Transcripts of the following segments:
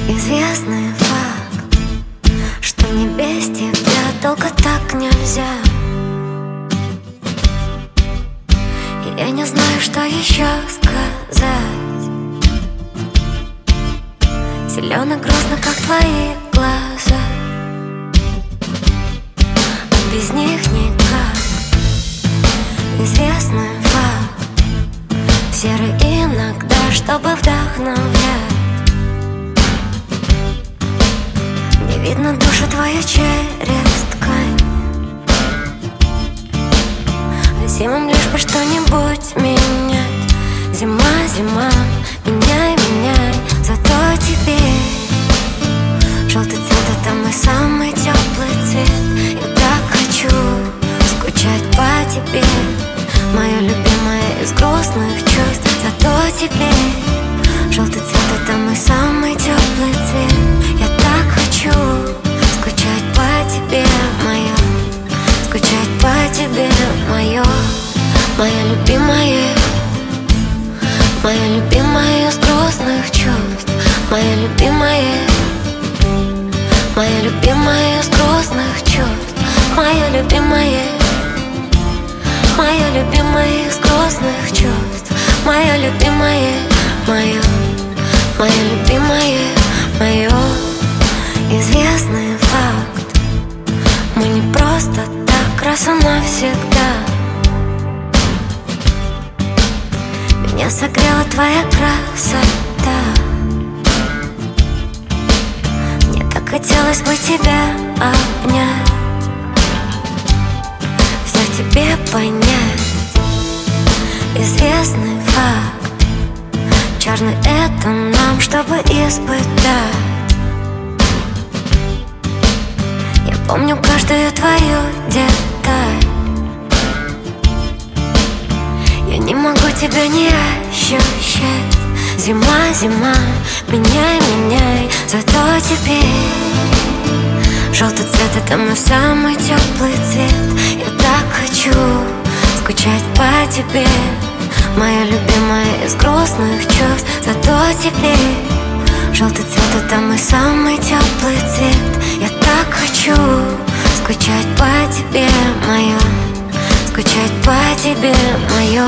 Известный факт, что мне без тебя долго так нельзя. И я не знаю, что еще сказать. Зелено грустно, как твои глаза, а без них никак. Известный факт, серый иногда, чтобы вдохновлять. Не видно душу твою через ткань. А зимам лишь бы что-нибудь менять. Зима, зима, меняй, меняй. Зато теперь желтый цвет — это мой самый теплый цвет. Я так хочу скучать по тебе, моя любимая из грустных чувств. Зато теперь желтый цвет — это мой самый теплый цвет. Я так хочу скучать по тебе, моя, скучать по тебе, моя, моя любимая, моя любимая из грустных чувств, моя любимая, моя любимая из грустных чувств, моя любимая, моя любимая из грустных чувств, моя любимая, моя, моя любимая, моя. Известный факт, мы не просто так, раз и навсегда. Меня согрела твоя красота. Мне так хотелось бы тебя обнять, все в тебе понять. Известный факт, черный — это нам, чтобы испытать. Я помню каждую твою деталь. Я не могу тебя не ощущать. Зима, зима, меняй, меняй. Зато теперь желтый цвет — это мой самый теплый цвет. Я так хочу скучать по тебе, моя любимая из грустных чувств. Зато теперь желтый цвет — это мой самый теплый цвет. Я так хочу скучать по тебе, моя, скучать по тебе, моё.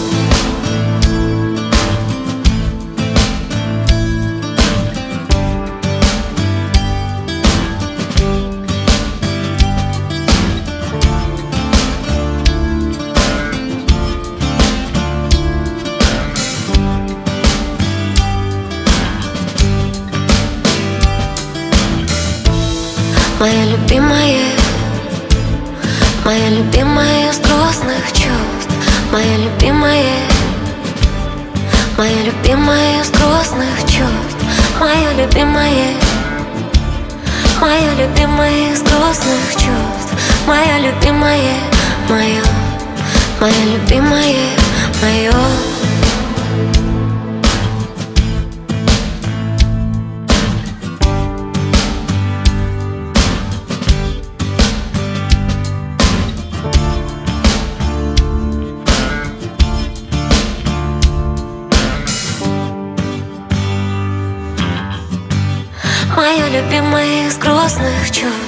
Моя любимая, моя любимая из грустных чувств, моя любимая, моя любимая из грустных чувств, моя любимая, моя любимая из грустных чувств, моя любимая, моя, моя любимая, моя. Моя любимая из грустных чувств.